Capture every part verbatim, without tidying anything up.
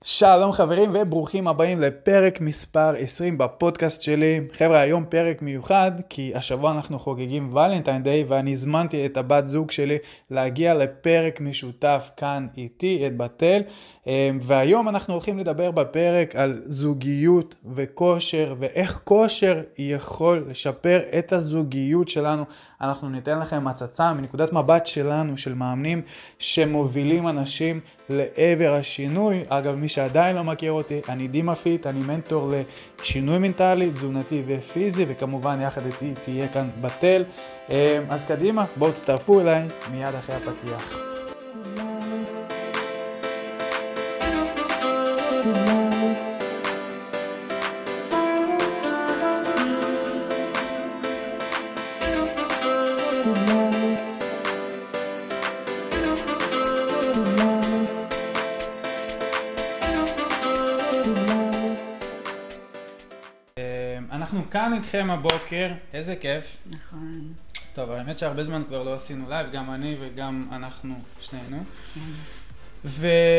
שלום חברים וברוכים הבאים לפרק מספר עשרים בפודקאסט שלי. חבר'ה, היום פרק מיוחד כי השבוע אנחנו חוגגים ולנטיין דיי ואני הזמנתי את הבת זוג שלי להגיע לפרק משותף כאן איתי, את בתל. והיום אנחנו הולכים לדבר בפרק על זוגיות וכושר ואיך כושר יכול לשפר את הזוגיות שלנו. אנחנו ניתן לכם הצצה מנקודת מבט שלנו, של מאמנים שמובילים אנשים לעבר השינוי. אגב, מי שעדיין לא מכיר אותי, אני דימה פיט, אני מנטור לשינוי מנטלי, תזונתי ופיזי, וכמובן יחד איתי תהיה כאן בתל. אז קדימה, בואו תצטרפו אליי מיד אחרי הפתיח. אנחנו כאן איתכם הבוקר, איזה כיף. נכון. טוב, האמת שהרבה זמן כבר לא עשינו לייב, גם אני וגם אנחנו שנינו. כן.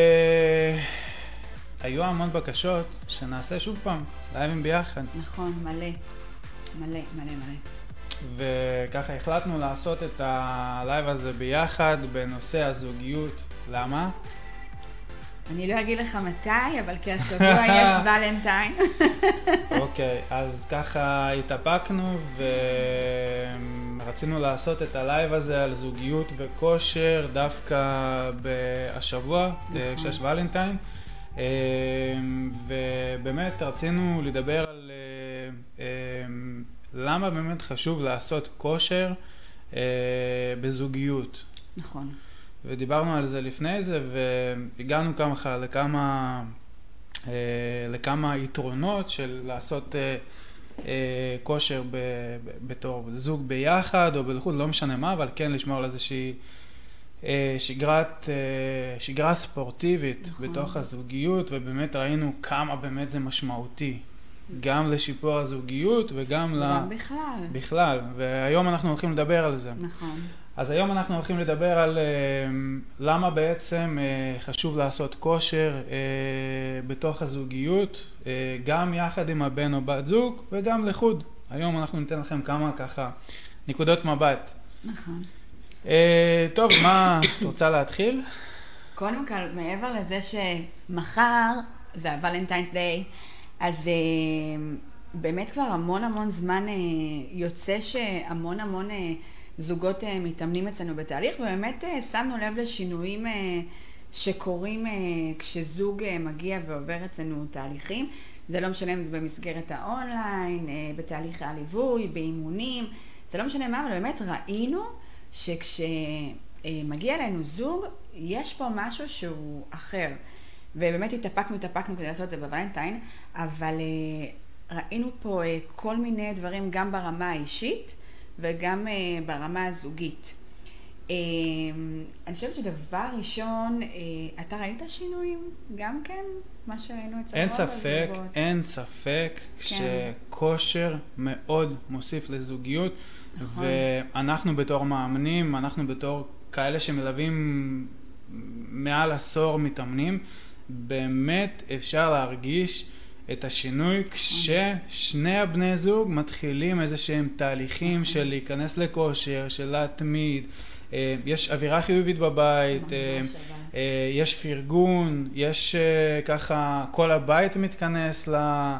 והיו המון בקשות שנעשה שוב פעם, לייבים ביחד. נכון, מלא. מלא, מלא, מלא. וככה החלטנו לעשות את הלייב הזה ביחד בנושא הזוגיות. למה? אני לא אגיד לך מתי, אבל כי השבוע יש ולנטיין. אוקיי, אז ככה התאפקנו ורצינו לעשות את הלייב הזה על זוגיות וכושר דווקא בשבוע, כשיש ולנטיין. ובאמת רצינו לדבר על למה באמת חשוב לעשות כושר בזוגיות. נכון. ודיברנו על זה לפני זה, והגענו כמה לכמה, לכמה יתרונות של לעשות כושר בתור זוג ביחד או בלחוד, לא משנה מה, אבל כן לשמור על איזושהי שגרת, שגרה ספורטיבית נכון. בתוך הזוגיות, ובאמת ראינו כמה באמת זה משמעותי, גם לשיפור הזוגיות וגם וגם ל... בכלל. בכלל, והיום אנחנו הולכים לדבר על זה. נכון. אז היום אנחנו הולכים לדבר על uh, למה בעצם uh, חשוב לעשות כושר uh, בתוך הזוגיות, uh, גם יחד עם הבן או בת זוג וגם לחוד. היום אנחנו ניתן לכם כמה ככה נקודות מבט. נכון. Uh, טוב, מה, את רוצה להתחיל? קודם כל, מעבר לזה שמחר זה הוולנטיינס דיי, אז uh, באמת כבר המון המון זמן uh, יוצא שהמון המון... Uh, זוגות מתאמנים אצלנו בתהליך, ובאמת שמנו לב לשינויים שקורים כשזוג מגיע ועובר אצלנו תהליכים. זה לא משנה אם זה במסגרת האונליין, בתהליך הליווי, באימונים, זה לא משנה מה, אבל באמת ראינו שכשמגיע אלינו זוג, יש פה משהו שהוא אחר. ובאמת התאפקנו, התאפקנו כדי לעשות את זה בוולנטיין, אבל ראינו פה כל מיני דברים גם ברמה האישית, וגם uh, ברמה הזוגית. Uh, אני חושבת שדבר ראשון, uh, אתה ראית שינויים? גם כן? מה שראינו אצל אין רוב ספק, הזוגות. אין ספק כן. שכושר מאוד מוסיף לזוגיות, נכון. ואנחנו בתור מאמנים, אנחנו בתור כאלה שמלווים מעל עשור מתאמנים, באמת אפשר להרגיש את השינוי כששני הבני זוג מתחילים איזה שהם תהליכים של להיכנס לכושר, של להתמיד, יש אווירה חיובית בבית, יש פרגון, יש ככה, כל הבית מתכנס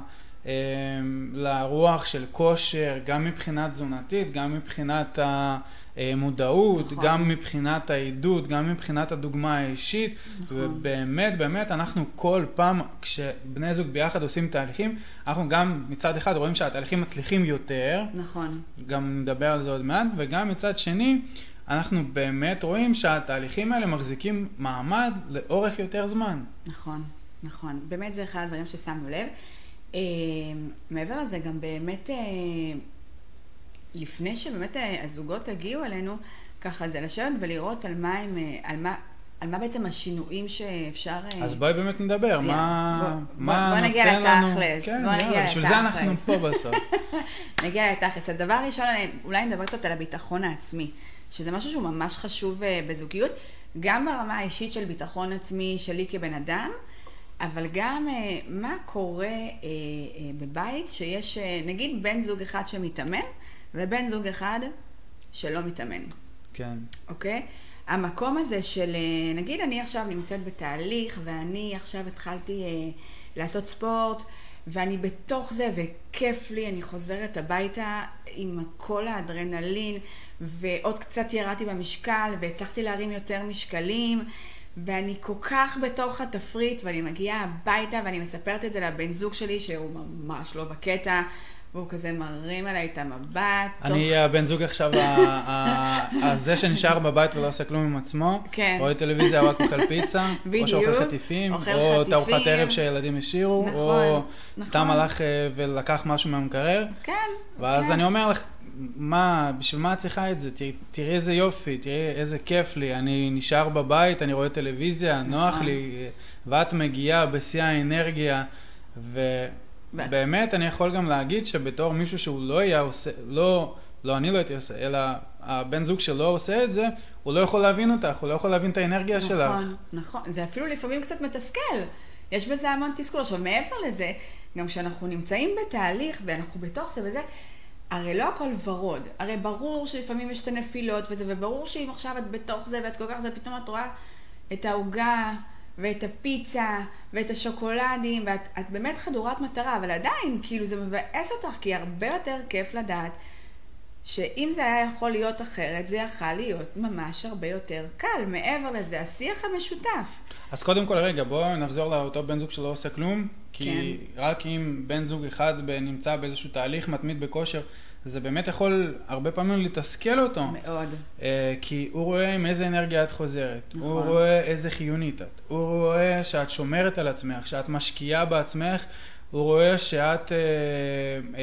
לרוח של כושר, גם מבחינת תזונתית, גם מבחינת המודעות, נכון. גם מבחינת העידוד, גם מבחינת הדוגמה האישית, נכון. ובאמת, באמת, אנחנו כל פעם, כשבני זוג ביחד עושים תהליכים, אנחנו גם מצד אחד רואים שהתהליכים מצליחים יותר, נכון. גם נדבר על זה עוד מעט, וגם מצד שני, אנחנו באמת רואים שהתהליכים האלה מחזיקים מעמד לאורך יותר זמן. נכון, נכון. באמת זה אחד הדברים ששמנו לב. מעבר לזה גם באמת, לפני שבאמת הזוגות הגיעו אלינו, ככה זה לשבת ולראות על מה הם, על מה, על מה בעצם השינויים שאפשר... אז בואי באמת נדבר, מה בוא, בוא נגיע לתכלס. כן, בוא נגיע לתכלס. בשביל זה אנחנו פה בסוף. נגיע לתכלס. הדבר הראשון, אולי נדבר קצת על הביטחון העצמי, שזה משהו שהוא ממש חשוב בזוגיות, גם ברמה האישית של ביטחון עצמי שלי כבן אדם, אבל גם מה קורה בבית שיש, נגיד, בן זוג אחד שמתאמן, ובן זוג אחד שלא מתאמן. כן. אוקיי? המקום הזה של, נגיד, אני עכשיו נמצאת בתהליך, ואני עכשיו התחלתי לעשות ספורט, ואני בתוך זה, וכיף לי, אני חוזרת הביתה עם כל האדרנלין, ועוד קצת ירדתי במשקל, והצלחתי להרים יותר משקלים, ואני כל כך בתוך התפריט, ואני מגיעה הביתה, ואני מספרת את זה לבן זוג שלי, שהוא ממש לא בקטע, והוא כזה מרים עליי את המבט. אני הבן זוג עכשיו, הזה שנשאר בבית ולא עושה כלום עם עצמו, רואה טלוויזיה, רק אוכל פיצה, או שאוכל חטיפים, או תארוחת ערב שילדים השאירו, או סתם הלך ולקח משהו מהמקרר. כן. ואז אני אומר לך, מה, בשביל מה את צריכה את זה? תראי איזה יופי, תראי איזה כיף לי, אני נשאר בבית, אני רואה טלוויזיה, נוח לי, ואת מגיעה בשיא האנרגיה, ובאמת אני יכול גם להגיד שבתור מישהו שהוא לא היה עושה, לא, לא אני לא הייתי עושה, אלא הבן זוג שלא עושה את זה, הוא לא יכול להבין אותך, הוא לא יכול להבין את האנרגיה שלך. נכון, נכון, זה אפילו לפעמים קצת מתסכל, יש בזה המון תסכול. עכשיו מעבר לזה, גם כשאנחנו נמצאים בתהליך ואנחנו בתוך זה וזה, הרי לא הכל ורוד, הרי ברור שלפעמים יש את הנפילות וזה, וברור שאם עכשיו את בתוך זה ואת כל כך זה, פתאום את רואה את ההוגה ואת הפיצה ואת השוקולדים, ואת את באמת חדורת מטרה, אבל עדיין כאילו זה מבאס אותך, כי הרבה יותר כיף לדעת שאם זה היה יכול להיות אחרת, זה יכול להיות ממש הרבה יותר קל. מעבר לזה, השיח המשותף. אז קודם כל, רגע, בואו נחזור לאותו בן זוג שלא עושה כלום, כי כן. רק אם בן זוג אחד נמצא באיזשהו תהליך מתמיד בכושר, זה באמת יכול הרבה פעמים לתסכל אותו. מאוד. כי הוא רואה עם איזה אנרגיה את חוזרת, נכון. הוא רואה איזה חיונית את, הוא רואה שאת שומרת על עצמך, שאת משקיעה בעצמך, הוא רואה שאת אה, אה,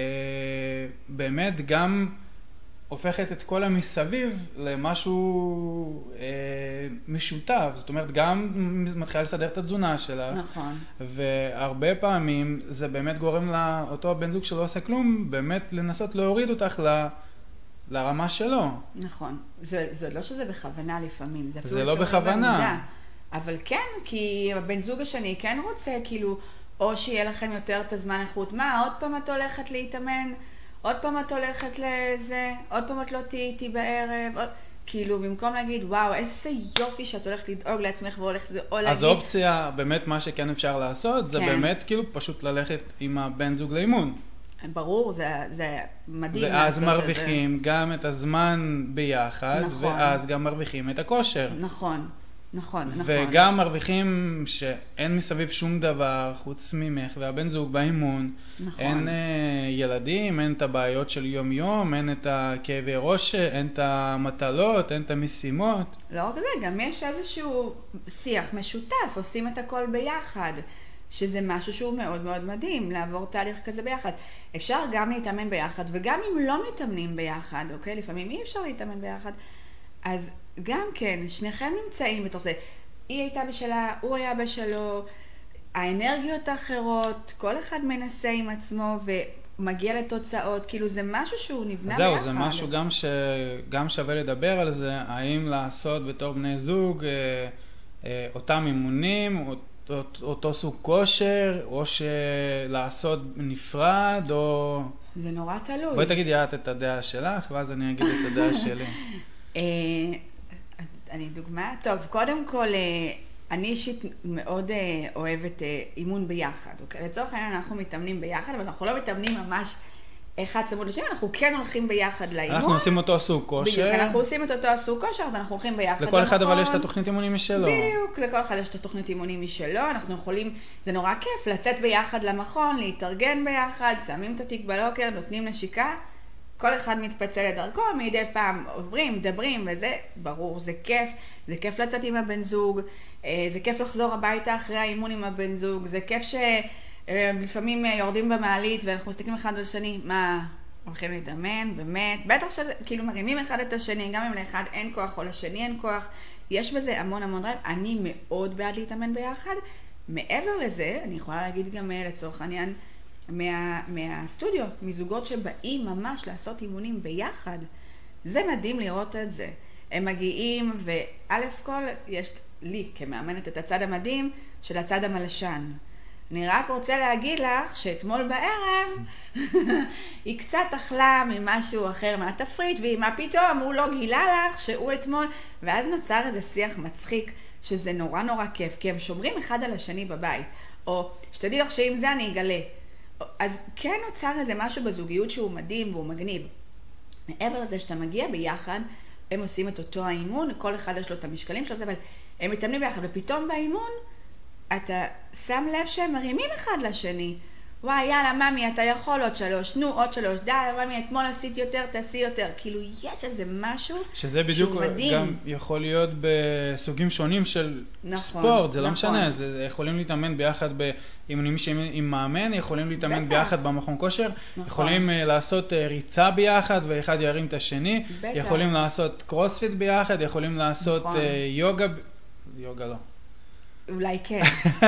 באמת גם הופכת את כל המסביב למשהו אה, משותף. זאת אומרת, גם מתחילה לסדר את התזונה שלך. נכון. והרבה פעמים זה באמת גורם לאותו בן זוג שלא עושה כלום, באמת לנסות להוריד אותך ל, לרמה שלו. נכון. זה, זה לא שזה בכוונה לפעמים. זה, זה לא בכוונה. במודע. אבל כן, כי הבן זוג השני כן רוצה, כאילו, או שיהיה לכם יותר את הזמן איכות. מה, עוד פעם את הולכת להתאמן? עוד פעם את הולכת לזה, עוד פעם את לא תהיי איתי בערב, עוד... כאילו במקום להגיד וואו איזה יופי שאת הולכת לדאוג לעצמך והולכת או להגיד... אז אופציה, באמת מה שכן אפשר לעשות, זה כן. באמת כאילו פשוט ללכת עם הבן זוג לאימון. ברור, זה, זה מדהים ואז מרוויחים גם את הזמן ביחד, נכון. ואז גם מרוויחים את הכושר. נכון. נכון, נכון. וגם מרוויחים שאין מסביב שום דבר חוץ ממך והבן זוג באימון. נכון. אין אה, ילדים, אין את הבעיות של יום יום, אין את הכאבי ראש, אין את המטלות, אין את המשימות. לא רק זה, גם יש איזשהו שיח משותף, עושים את הכל ביחד, שזה משהו שהוא מאוד מאוד מדהים, לעבור תהליך כזה ביחד. אפשר גם להתאמן ביחד, וגם אם לא מתאמנים ביחד, אוקיי? לפעמים אי אפשר להתאמן ביחד, אז גם כן, שניכם נמצאים בתוך זה. היא הייתה בשלה, הוא היה בשלו, האנרגיות האחרות, כל אחד מנסה עם עצמו ומגיע לתוצאות, כאילו זה משהו שהוא נבנה זהו, ביחד. זהו, זה משהו גם, ש... גם שווה לדבר על זה, האם לעשות בתור בני זוג אה, אה, אותם אימונים, אותו, אותו סוג כושר, או שלעשות נפרד, או... זה נורא תלוי. בואי תגידי את את הדעה שלך, ואז אני אגיד את הדעה שלי. אני דוגמה? טוב, קודם כל, אני אישית מאוד אוהבת אימון ביחד, אוקיי? לצורך העניין אנחנו מתאמנים ביחד, אבל אנחנו לא מתאמנים ממש אחד צמוד לשני, אנחנו כן הולכים ביחד לאימון. אנחנו עושים אותו סוג כושר. בדיוק, אנחנו עושים את אותו סוג כושר, אז אנחנו הולכים ביחד למכון. לכל אחד אבל יש את התוכנית אימונים משלו. בדיוק, לכל אחד יש את התוכנית אימונים משלו, אנחנו יכולים, זה נורא כיף, לצאת ביחד למכון, להתארגן ביחד, שמים את התיק בלוקר, נותנים נשיקה, כל אחד מתפצל לדרכו, מדי פעם עוברים, מדברים וזה, ברור, זה כיף, זה כיף לצאת עם הבן זוג, זה כיף לחזור הביתה אחרי האימון עם הבן זוג, זה כיף שלפעמים יורדים במעלית ואנחנו מסתכלים אחד על השני, מה, הולכים להתאמן, באמת, בטח שכאילו מרימים אחד את השני, גם אם לאחד אין כוח או לשני אין כוח, יש בזה המון המון דברים, אני מאוד בעד להתאמן ביחד, מעבר לזה, אני יכולה להגיד גם לצורך העניין, מה, מהסטודיו, מזוגות שבאים ממש לעשות אימונים ביחד. זה מדהים לראות את זה. הם מגיעים, וא' כל, יש לי כמאמנת את הצד המדהים של הצד המלשן. אני רק רוצה להגיד לך שאתמול בערב היא קצת אכלה ממשהו אחר מהתפריט, והיא מה פתאום, הוא לא גילה לך שהוא אתמול, ואז נוצר איזה שיח מצחיק, שזה נורא נורא כיף, כי הם שומרים אחד על השני בבית, או שתדעי לך שעם זה אני אגלה. אז כן נוצר איזה משהו בזוגיות שהוא מדהים והוא מגניב. מעבר לזה שאתה מגיע ביחד, הם עושים את אותו האימון, כל אחד יש לו את המשקלים שלו, אבל הם מתאמנים ביחד, ופתאום באימון, אתה שם לב שהם מרימים אחד לשני. וואי, יאללה, ממי, אתה יכול עוד שלוש, נו, עוד שלוש, די, ממי, אתמול עשית יותר, תעשי יותר. כאילו, יש איזה משהו שזה בדיוק גם יכול להיות בסוגים שונים של נכון, ספורט, זה לא נכון. משנה, זה יכולים להתאמן ביחד באימונים עם מאמן, יכולים להתאמן בטח. ביחד במכון כושר, נכון. יכולים לעשות ריצה ביחד ואחד ירים את השני, בטח. יכולים לעשות קרוספיט ביחד, יכולים לעשות נכון. יוגה, יוגה לא. אולי כן.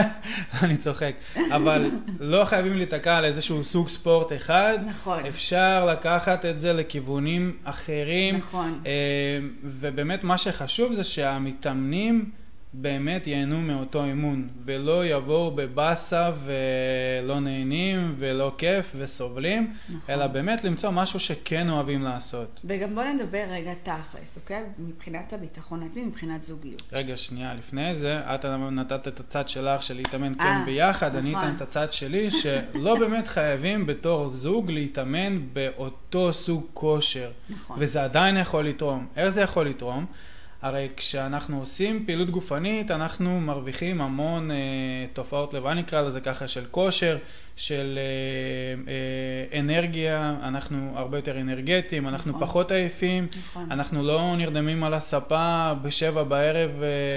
אני צוחק. אבל לא חייבים להתקע על איזשהו סוג ספורט אחד. נכון. אפשר לקחת את זה לכיוונים אחרים. נכון. ובאמת מה שחשוב זה שהמתאמנים באמת ייהנו מאותו אימון, ולא יבואו בבאסה ולא נהנים ולא כיף וסובלים, נכון. אלא באמת למצוא משהו שכן אוהבים לעשות. וגם בוא נדבר רגע תכלס, אוקיי? מבחינת הביטחון העצמי, מבחינת זוגיות. רגע, שנייה, לפני זה, את נתת את הצד שלך של להתאמן 아, כן ביחד, נכון. אני אתן את הצד שלי, שלא באמת חייבים בתור זוג להתאמן באותו סוג כושר. נכון. וזה עדיין יכול לתרום. איך זה יכול לתרום? הרי כשאנחנו עושים פעילות גופנית, אנחנו מרוויחים המון אה, תופעות לב, נקרא לזה ככה, של כושר, של אה, אה, אנרגיה, אנחנו הרבה יותר אנרגטיים, אנחנו נכון. פחות עייפים, נכון. אנחנו לא נרדמים על הספה בשבע בערב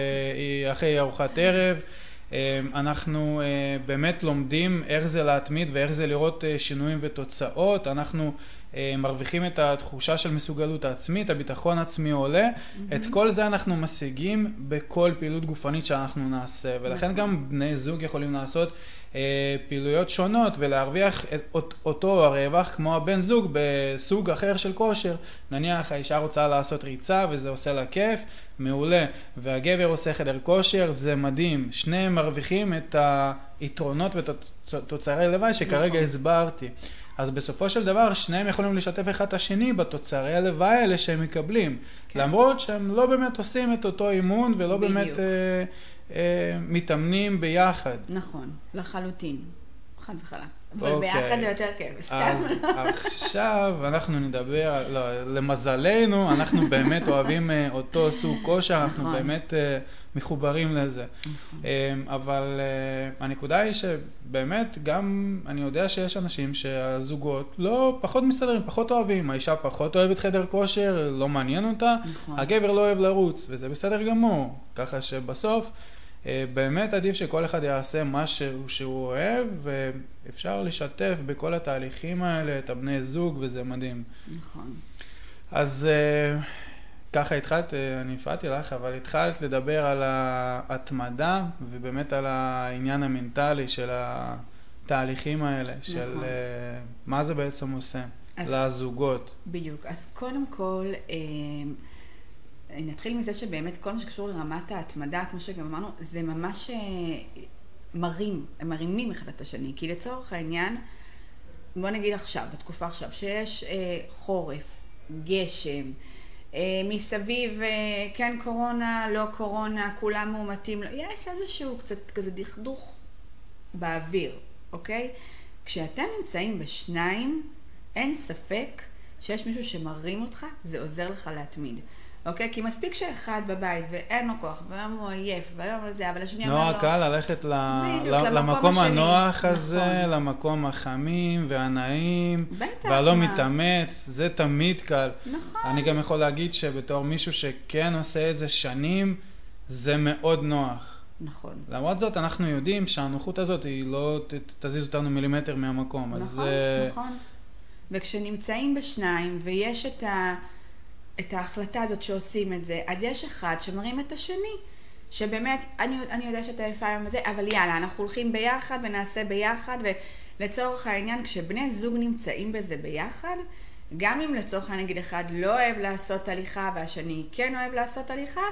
אה, אחרי ארוחת ערב, אה, אנחנו אה, באמת לומדים איך זה להתמיד ואיך זה לראות אה, שינויים ותוצאות, אנחנו מרוויחים את התחושה של מסוגלות העצמית, הביטחון העצמי עולה, mm-hmm. את כל זה אנחנו משיגים בכל פעילות גופנית שאנחנו נעשה, ולכן נכון. גם בני זוג יכולים לעשות אה, פעילויות שונות ולהרוויח את, אותו הרווח כמו הבן זוג בסוג אחר של כושר. נניח האישה רוצה לעשות ריצה וזה עושה לה כיף, מעולה, והגבר עושה חדר כושר, זה מדהים, שניהם מרוויחים את היתרונות ותוצרי לוואי שכרגע נכון. הסברתי. אז בסופו של דבר, שניהם יכולים לשתף אחד את השני בתוצרי הלוואי האלה שהם מקבלים. כן. למרות שהם לא באמת עושים את אותו אימון, ולא בדיוק. באמת אה, אה, מתאמנים ביחד. נכון, לחלוטין. חד וחלק. אבל אוקיי. ביחד זה יותר כיף, סתם. עכשיו אנחנו נדבר, לא, למזלנו, אנחנו באמת אוהבים אה, אותו סוג כושר, נכון. אנחנו באמת אה, מחוברים לזה. נכון. אה, אבל אה, הנקודה היא שבאמת גם אני יודע שיש אנשים שהזוגות לא פחות מסתדרים, פחות אוהבים. האישה פחות אוהבת חדר כושר, לא מעניין אותה. נכון. הגבר לא אוהב לרוץ, וזה בסדר גמור. ככה שבסוף באמת עדיף שכל אחד יעשה מה שהוא, שהוא אוהב, ואפשר לשתף בכל התהליכים האלה את הבני זוג, וזה מדהים. נכון. אז ככה התחלת, אני הפעתי לך, אבל התחלת לדבר על ההתמדה, ובאמת על העניין המנטלי של התהליכים האלה, נכון. של מה זה בעצם עושה אז, לזוגות. בדיוק. אז קודם כל, נתחיל מזה שבאמת כל מה שקשור לרמת ההתמדה, כמו שגם אמרנו, זה ממש מרים, הם מרימים אחד את השני. כי לצורך העניין, בוא נגיד עכשיו, בתקופה עכשיו, שיש אה, חורף, גשם, אה, מסביב, אה, כן קורונה, לא קורונה, כולם מאומתים, לא, יש איזשהו קצת כזה דכדוך באוויר, אוקיי? כשאתם נמצאים בשניים, אין ספק שיש מישהו שמרים אותך, זה עוזר לך להתמיד. אוקיי? כי מספיק שאחד בבית ואין לו כוח, והיום הוא עייף, והיום הוא זה, אבל השני אומר לו... נוח קל ללכת למקום הנוח הזה, למקום החמים והנעים, והלא מתאמץ, זה תמיד קל. נכון. אני גם יכול להגיד שבתור מישהו שכן עושה את זה שנים, זה מאוד נוח. נכון. למרות זאת, אנחנו יודעים שהנוחות הזאת היא לא תזיז אותנו מילימטר מהמקום. נכון, נכון. וכשנמצאים בשניים ויש את ה... את ההחלטה הזאת שעושים את זה, אז יש אחד שמרים את השני, שבאמת, אני, אני יודע שאתה יפה היום הזה, אבל יאללה, אנחנו הולכים ביחד ונעשה ביחד, ולצורך העניין, כשבני זוג נמצאים בזה ביחד, גם אם לצורך העניין נגיד אחד לא אוהב לעשות הליכה, והשני כן אוהב לעשות הליכה,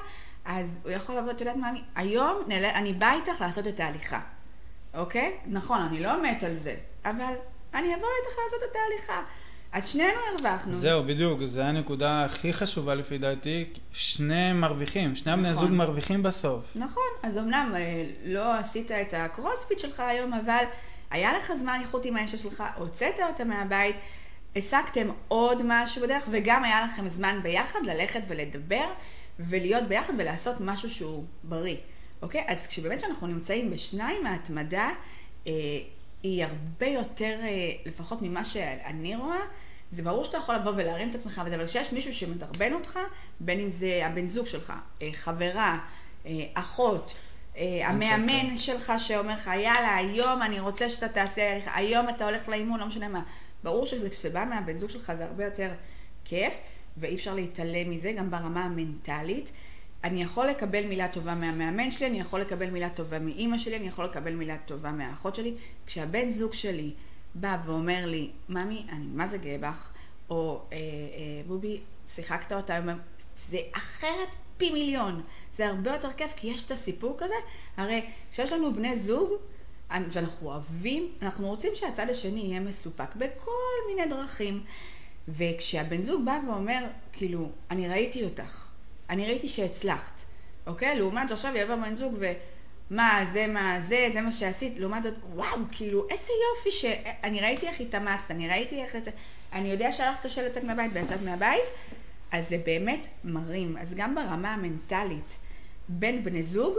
אז הוא יכול לבוא, את יודעת מה, היום אני באה איתך לעשות את ההליכה, אוקיי? נכון, אני לא מת על זה, אבל אני אבוא איתך לעשות את ההליכה. אז שנינו הרווחנו. זהו, בדיוק, זו הנקודה הכי חשובה לפי דעתי, שני מרוויחים, שני בני זוג מרוויחים בסוף. נכון, אז אמנם לא עשית את הקרוספיט שלך היום, אבל היה לך זמן איכות עם האישה שלך, הוצאת אותה מהבית, השגתם עוד משהו בדרך, וגם היה לכם זמן ביחד ללכת ולדבר, ולהיות ביחד ולעשות משהו שהוא בריא. אוקיי? אז כשבאמת שאנחנו נמצאים בשניים, ההתמדה אה, היא הרבה יותר, אה, לפחות ממה שאני רואה, זה ברור שאתה יכול לבוא ולהרים את עצמך וזה, אבל כשיש מישהו שמדרבן אותך, בין אם זה הבן זוג שלך, אה, חברה, אה, אחות, אה, המאמן שלך שאומר לך, יאללה, היום אני רוצה שאתה תעשה, היום אתה הולך לאימון, לא משנה מה. ברור שזה כשבא מהבן זוג שלך זה הרבה יותר כיף, ואי אפשר להתעלם מזה, גם ברמה המנטלית. אני יכול לקבל מילה טובה מהמאמן שלי, אני יכול לקבל מילה טובה מאמא שלי, אני יכול לקבל מילה טובה מהאחות שלי. כשהבן זוג שלי בא ואומר לי, ממי, אני מה זה גאה בך, או אה, אה, בובי, שיחקת אותה, זה אחרת פי מיליון. זה הרבה יותר כיף, כי יש את הסיפור כזה. הרי כשיש לנו בני זוג, ואנחנו אוהבים, אנחנו רוצים שהצד השני יהיה מסופק בכל מיני דרכים. וכשהבן זוג בא ואומר, כאילו, אני ראיתי אותך, אני ראיתי שהצלחת, אוקיי? לעומת זאת, עכשיו יבוא בן זוג ומה, זה מה, זה, זה מה שעשית, לעומת זאת, וואו, כאילו, איזה יופי שאני ראיתי איך התאמסת, אני ראיתי איך, אני יודע שהלך קשה לצאת מהבית ויצאת מהבית, אז זה באמת מרים. אז גם ברמה המנטלית, בין בני זוג,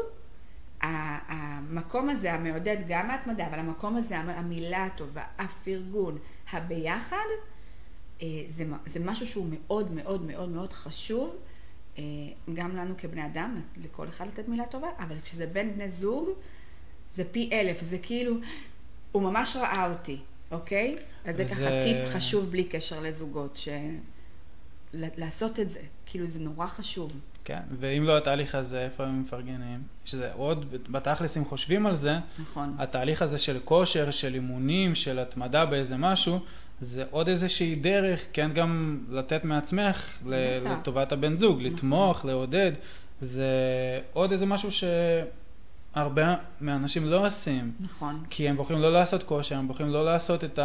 המקום הזה המעודד גם מהתמדה, אבל המקום הזה, המילה הטובה, הפרגון, הביחד, זה, זה משהו שהוא מאוד מאוד מאוד מאוד חשוב, גם לנו כבני אדם, לכל אחד לתת מילה טובה, אבל כשזה בין בני זוג, זה פי אלף, זה כאילו, הוא ממש ראה אותי, אוקיי? אז זה, זה... ככה טיפ חשוב בלי קשר לזוגות, ש... לעשות את זה, כאילו זה נורא חשוב. כן, ואם לא התהליך הזה, איפה הם מפרגנים? שזה עוד, בתכלס אם חושבים על זה, נכון. התהליך הזה של כושר, של אימונים, של התמדה באיזה משהו, זה עוד איזושהי דרך, כן, גם לתת מעצמך לטובת הבן זוג, לתמוך, לעודד, זה עוד איזה משהו שהרבה מהאנשים לא עושים. נכון. כי הם בוחרים לא לעשות כושר, הם בוחרים לא לעשות את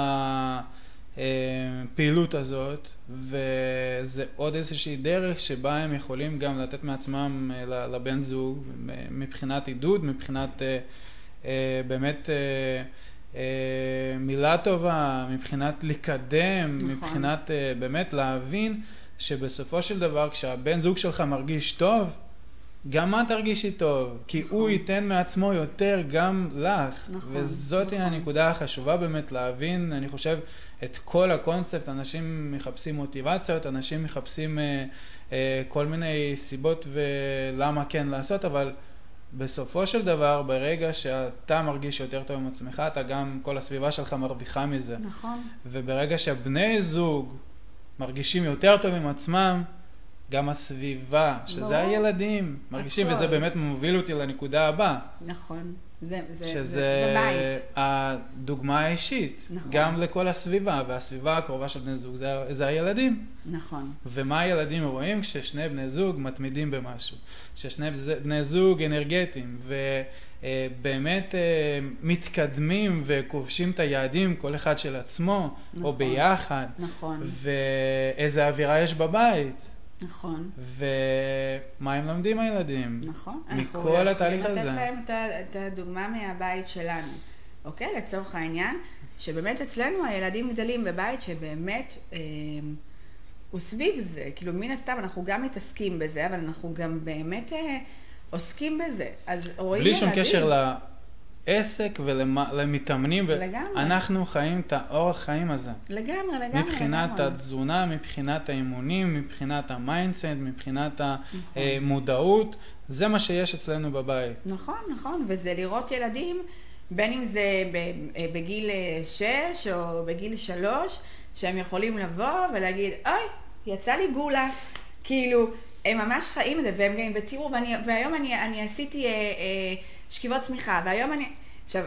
הפעילות הזאת, וזה עוד איזושהי דרך שבה הם יכולים גם לתת מעצמם לבן זוג, מבחינת עידוד, מבחינת באמת מילה טובה, מבחינת לקדם, נכון. מבחינת באמת להבין שבסופו של דבר כשהבן זוג שלך מרגיש טוב, גם מה תרגישי טוב, כי נכון. הוא ייתן מעצמו יותר גם לך, נכון, וזאת נכון. היא הנקודה החשובה באמת להבין, אני חושב, את כל הקונספט, אנשים מחפשים מוטיבציות, אנשים מחפשים אה, אה, כל מיני סיבות ולמה כן לעשות, אבל בסופו של דבר, ברגע שאתה מרגיש יותר טוב עם עצמך, אתה גם, כל הסביבה שלך מרוויחה מזה. נכון. וברגע שבני זוג מרגישים יותר טוב עם עצמם, גם הסביבה, שזה לא. הילדים, מרגישים, הכל. וזה באמת מוביל אותי לנקודה הבאה. נכון. זה, זה, שזה זה בבית. הדוגמה האישית, נכון. גם לכל הסביבה, והסביבה הקרובה של בני זוג, זה, זה הילדים. נכון. ומה הילדים רואים כששני בני זוג מתמידים במשהו, כששני בני זוג אנרגטיים, ובאמת מתקדמים וכובשים את היעדים, כל אחד של עצמו, נכון. או ביחד. נכון. ואיזה אווירה יש בבית. נכון. ומה הם לומדים הילדים? נכון. מכל התהליך הזה. אנחנו יכולים לתת להם את הדוגמה מהבית שלנו. אוקיי? לצורך העניין, שבאמת אצלנו הילדים גדלים בבית שבאמת אה, הוא סביב זה. כאילו מן הסתם אנחנו גם מתעסקים בזה, אבל אנחנו גם באמת אה, עוסקים בזה. אז רואים בלי ילדים. שום קשר לעסק ולמתאמנים. לגמרי. אנחנו חיים את האורח חיים הזה. לגמרי, לגמרי. מבחינת לגמרי. התזונה, מבחינת האימונים, מבחינת המיינדסט, מבחינת המודעות. זה מה שיש אצלנו בבית. נכון, נכון. וזה לראות ילדים, בין אם זה בגיל שש או בגיל שלוש, שהם יכולים לבוא ולהגיד, אוי, יצא לי גולה. כאילו, הם ממש חיים את זה, והם גאים, ותראו, ואני, והיום אני, אני עשיתי אה, אה, שכיבות צמיחה, והיום אני... עכשיו,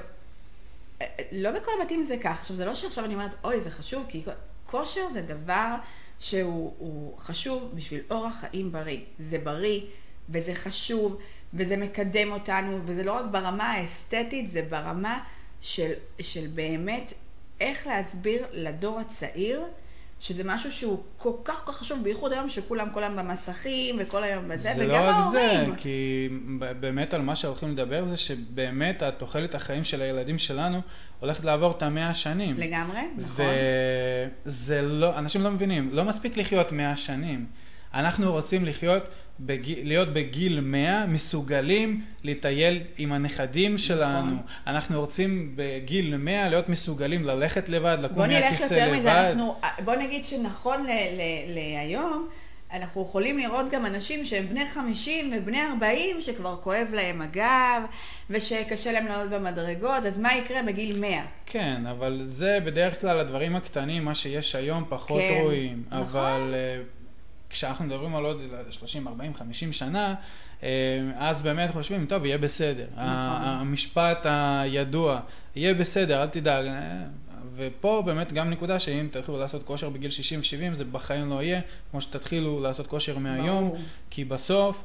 לא בכל הבתים זה כך. עכשיו, זה לא שעכשיו אני אומרת, אוי, זה חשוב, כי כושר זה דבר שהוא חשוב בשביל אורח חיים בריא. זה בריא וזה חשוב, וזה מקדם אותנו, וזה לא רק ברמה האסתטית, זה ברמה של, של באמת איך להסביר לדור הצעיר, שזה משהו שהוא כל כך כל כך חשוב, בייחוד היום שכולם כל היום במסכים וכל היום בזה, וגם ההורים. זה לא רק זה, כי באמת על מה שהולכים לדבר זה שבאמת התוחלת החיים של הילדים שלנו הולכת לעבור את המאה שנים. לגמרי, נכון. וזה לא, אנשים לא מבינים, לא מספיק לחיות מאה שנים. אנחנו רוצים לחיות, בגיל, להיות בגיל מאה, מסוגלים לטייל עם הנכדים שלנו. נכון. אנחנו רוצים בגיל מאה להיות מסוגלים ללכת לבד, לקום מהכיסא לבד. בוא נלך יותר מזה, אנחנו, בוא נגיד שנכון ל, ל, להיום, אנחנו יכולים לראות גם אנשים שהם בני חמישים ובני ארבעים, שכבר כואב להם הגב, ושקשה להם לעלות במדרגות, אז מה יקרה בגיל מאה? כן, אבל זה בדרך כלל הדברים הקטנים, מה שיש היום פחות כן, רואים. נכון. אבל כשאנחנו מדברים על עוד שלושים, ארבעים, חמישים שנה, אז באמת חושבים, טוב, יהיה בסדר. נכון. המשפט הידוע, יהיה בסדר, אל תדאג. ופה באמת גם נקודה שאם תתחילו לעשות כושר בגיל שישים שבעים, זה בחיים לא יהיה, כמו שתתחילו לעשות כושר מהיום, ברור. כי בסוף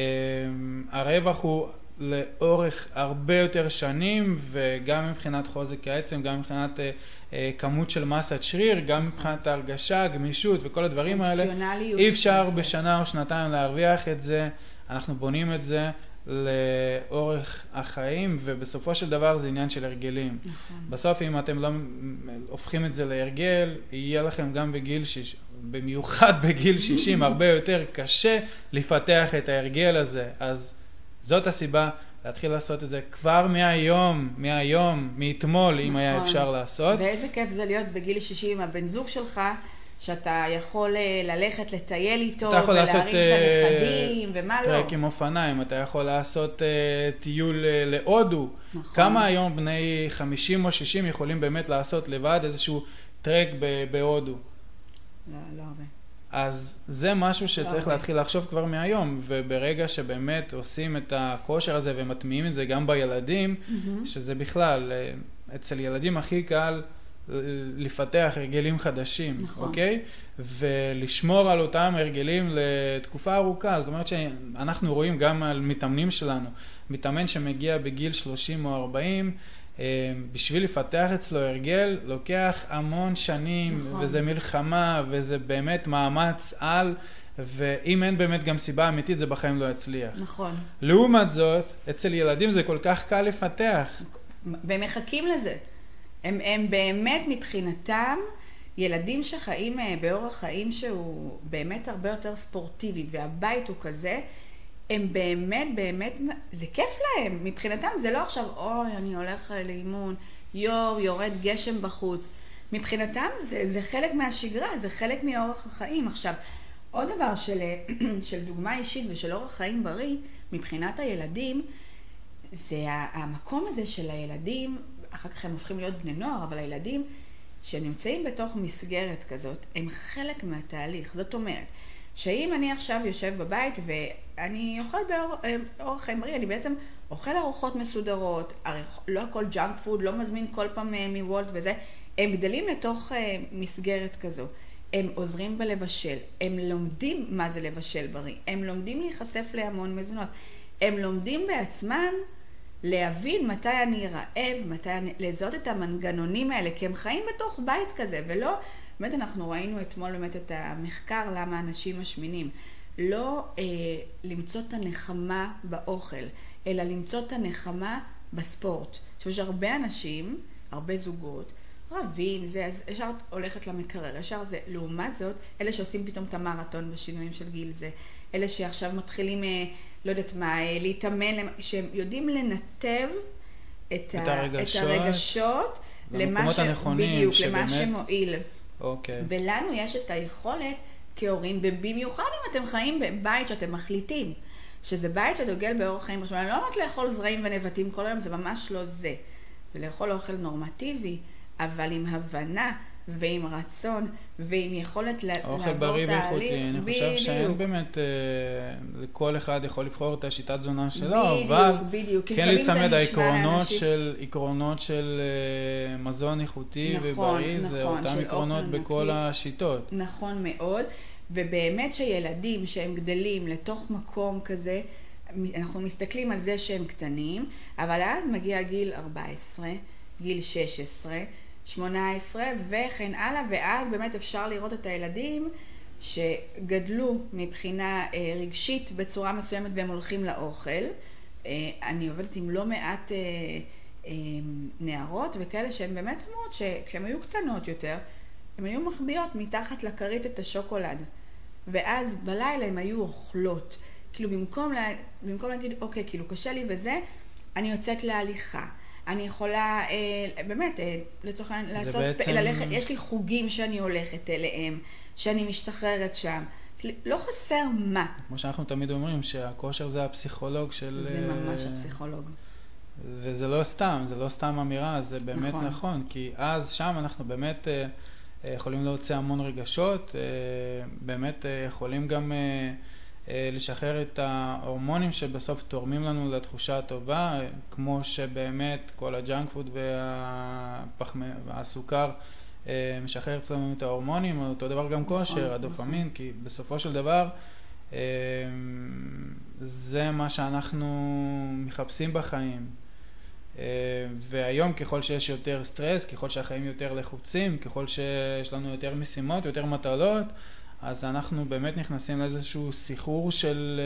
הרווח הוא לאורך הרבה יותר שנים, וגם מבחינת חוזק העצם, גם מבחינת כמות של מסת שריר, גם מבחינת ההרגשה, גמישות וכל הדברים האלה. אי אפשר בשנה או שנתיים להרוויח את זה, אנחנו בונים את זה לאורך החיים, ובסופו של דבר זה עניין של הרגלים. נכון. בסוף אם אתם לא הופכים את זה להרגל, יהיה לכם גם בגיל שיש, במיוחד בגיל שישים, הרבה יותר קשה לפתח את ההרגל הזה. אז זאת הסיבה להתחיל לעשות את זה כבר מהיום, מהיום, מאתמול, נכון. אם היה אפשר לעשות. ואיזה כיף זה להיות בגיל שישים עם הבן זוג שלך, שאתה יכול ללכת לטייל איתו, ולהרים את הנכדים, ומה לא. טרק עם אופניים, אתה יכול לעשות טיול להודו. נכון. כמה היום בני חמישים או שישים יכולים באמת לעשות לבד איזשהו טרק בהודו? לא, לא הרבה. אז זה משהו שצריך לא להתחיל לחשוב כבר מהיום, וברגע שבאמת עושים את הכושר הזה ומטמיעים את זה גם בילדים, mm-hmm. שזה בכלל, אצל ילדים הכי קל, לפתח הרגלים חדשים, נכון. אוקיי? ולשמור על אותם הרגלים לתקופה ארוכה. זאת אומרת שאנחנו רואים גם על מתאמנים שלנו, מתאמן שמגיע בגיל שלושים או ארבעים, בשביל לפתח אצלו הרגל, לוקח המון שנים, נכון. וזה מלחמה, וזה באמת מאמץ על, ואם אין באמת גם סיבה אמיתית, זה בחיים לא יצליח. נכון. לעומת זאת, אצל ילדים זה כל כך קל לפתח. והם מחכים לזה. הם, הם באמת מבחינתם ילדים שחיים באורח חיים שהוא באמת הרבה יותר ספורטיבי, והבית הוא כזה, הם באמת, באמת, זה כיף להם. מבחינתם זה לא עכשיו, אוי, אני הולך לאימון, יור, יורד גשם בחוץ. מבחינתם זה, זה חלק מהשגרה, זה חלק מאורח החיים. עכשיו, עוד דבר של, של דוגמה אישית ושל אורח חיים בריא, מבחינת הילדים, זה המקום הזה של הילדים, אחר כך הם הופכים להיות בני נוער, אבל הילדים שנמצאים בתוך מסגרת כזאת, הם חלק מהתהליך. זאת אומרת, שאם אני עכשיו יושב בבית ואני אוכל באורח חיים בריא, אני בעצם אוכל ארוחות מסודרות, לא הכל ג'אנק פוד, לא מזמין כל פעם מוולט וזה, הם גדלים לתוך מסגרת כזו. הם עוזרים בלבשל, הם לומדים מה זה לבשל בריא, הם לומדים להיחשף להמון מזונות, הם לומדים בעצמם להבין מתי אני רעב, מתי אני, לזהות את המנגנונים האלה, כי הם חיים בתוך בית כזה, ולא, באמת אנחנו ראינו אתמול באמת את המחקר למה אנשים משמינים, לא אה, למצוא את הנחמה באוכל, אלא למצוא את הנחמה בספורט. שיש הרבה אנשים, הרבה זוגות, רבים, זה, אז ישר הולכת למקרר, ישר זה, לעומת זאת, אלה שעושים פתאום את המרתון בשינויים של גיל זה, אלה שעכשיו מתחילים, אה, לא יודעת מה, להתאמן, שהם יודעים לנתב את, את, ה, הרגשות, את הרגשות למה, ש... בדיוק, שבאמת... למה שמועיל. אוקיי. ולנו יש את היכולת כהורים, ובמיוחד אם אתם חיים בבית שאתם מחליטים, שזה בית שדוגל באורח חיים, אני לא אומרת לאכול זרעים ונבטים כל היום, זה ממש לא זה. זה לאכול אוכל נורמטיבי, אבל עם הבנה ועם רצון ועם יכולת לעבור תהליך. אוכל בריא ואיכותי, אני חושב שאין באמת, לכל אחד יכול לבחור את השיטת תזונה שלו, אבל כן להצמד העקרונות של, עקרונות של מזון איכותי ובריא, זה אותם עקרונות בכל השיטות. נכון מאוד, ובאמת שילדים שהם גדלים לתוך מקום כזה, אנחנו מסתכלים על זה שהם קטנים, אבל אז מגיע גיל ארבע עשרה, גיל שש עשרה, שמונה עשרה וכן הלאה, ואז באמת אפשר לראות את הילדים שגדלו מבחינה רגשית בצורה מסוימת והם הולכים לאוכל. אני עובדת עם לא מעט נערות וכאלה שהן באמת אומרות שכשהן היו קטנות יותר, הן היו מחביאות מתחת לכרית את השוקולד, ואז בלילה הן היו אוכלות. כאילו במקום, לה, במקום להגיד, אוקיי, כאילו קשה לי וזה, אני יוצאת להליכה. אני יכולה, אה, באמת, אה, לצורך העניין, לעשות, בעצם... ללכת, יש לי חוגים שאני הולכת אליהם, שאני משתחררת שם. לא חסר מה. כמו שאנחנו תמיד אומרים, שהכושר זה הפסיכולוג של... זה ממש הפסיכולוג. וזה לא סתם, זה לא סתם אמירה, זה באמת נכון, נכון כי אז שם אנחנו באמת אה, יכולים להוציא המון רגשות, אה, באמת אה, יכולים גם... אה, לשחרר את ההורמונים שבסוף תורמים לנו לתחושה הטובה, כמו שבאמת כל הג'אנק פוד והסוכר משחרר אצלנו את ההורמונים, אותו דבר גם כושר, הדופמין, כי בסופו של דבר זה מה שאנחנו מחפשים בחיים. והיום ככל שיש יותר סטרס, ככל שהחיים יותר לחוצים, ככל שיש לנו יותר משימות, יותר מטלות, אז אנחנו באמת נכנסים לאיזשהו סיחור של,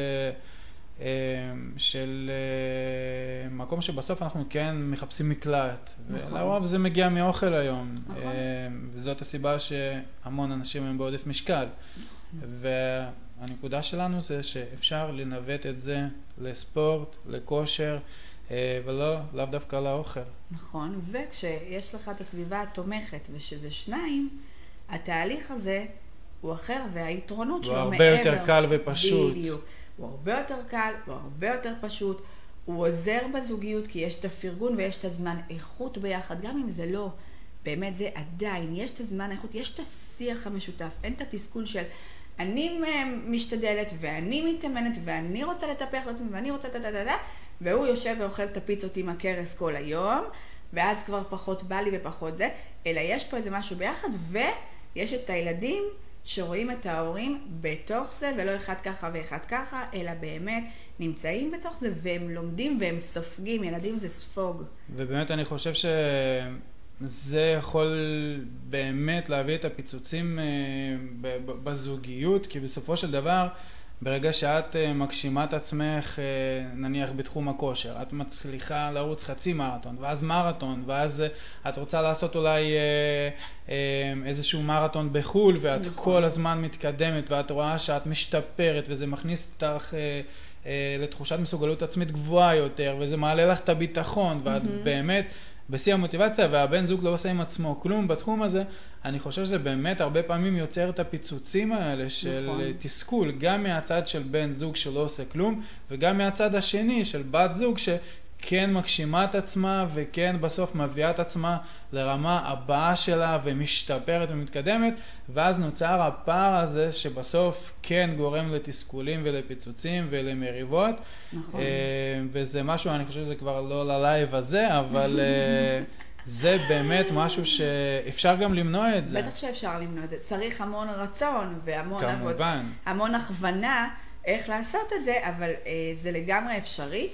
של מקום שבסוף אנחנו כן מחפשים מקלט. נכון. ולרוב זה מגיע מאוכל היום. נכון. וזאת הסיבה שהמון אנשים הם בעודף משקל. נכון. והנקודה שלנו זה שאפשר לנווט את זה לספורט, לכושר, ולא, לאו דווקא לאוכל. נכון, וכשיש לך את הסביבה התומכת ושזה שניים, התהליך הזה הוא אחר, והיתרונות שלו מעבר. הוא הרבה יותר קל ופשוט. בדיוק. הוא הרבה יותר קל, הוא הרבה יותר פשוט. הוא עוזר בזוגיות כי יש את הפרגון ויש את הזמן איכות ביחד. גם אם זה לא, באמת זה עדיין, יש את הזמן איכות, יש את השיח המשותף. אין את התסכול של אני משתדלת ואני מתאמנת ואני רוצה לטפח לעצמי ואני רוצה תתתתת, והוא יושב ואוכל את הפיצות עם הקרס כל היום, ואז כבר פחות בא לי ופחות זה, אלא יש פה איזה משהו ביחד, ויש את הילדים שרואים את ההורים בתוך זה, ולא אחד ככה ואחד ככה, אלא באמת נמצאים בתוך זה, והם לומדים והם סופגים, ילדים זה ספוג. ובאמת אני חושב שזה יכול באמת להביא את הפיצוצים בזוגיות, כי בסופו של דבר, ברגע שאת מגשימה את עצמך, נניח בתחום הכושר, את מצליחה לרוץ חצי מרתון, ואז מרתון, ואז את רוצה לעשות אולי איזשהו מרתון בחול, ואת נכון. כל הזמן מתקדמת, ואת רואה שאת משתפרת, וזה מכניס אותך לתחושת מסוגלות עצמית גבוהה יותר, וזה מעלה לך את הביטחון, ואת mm-hmm. באמת בשיא המוטיבציה, והבן זוג לא עושה עם עצמו כלום בתחום הזה. אני חושב שזה באמת הרבה פעמים יוצר את הפיצוצים האלה של נכון. תסכול, גם מהצד של בן זוג שלא עושה כלום, וגם מהצד השני של בת זוג שכן מגשימה את עצמה, וכן בסוף מביאה את עצמה לרמה הבאה שלה, ומשתפרת ומתקדמת, ואז נוצר הפער הזה שבסוף כן גורם לתסכולים ולפיצוצים ולמריבות. נכון. וזה משהו, אני חושב שזה כבר לא ללייב הזה, אבל זה באמת משהו שאפשר גם למנוע את זה. בטח שאפשר למנוע את זה. צריך המון רצון והמון עבוד, כמובן. המון הכוונה איך לעשות את זה, אבל זה לגמרי אפשרי.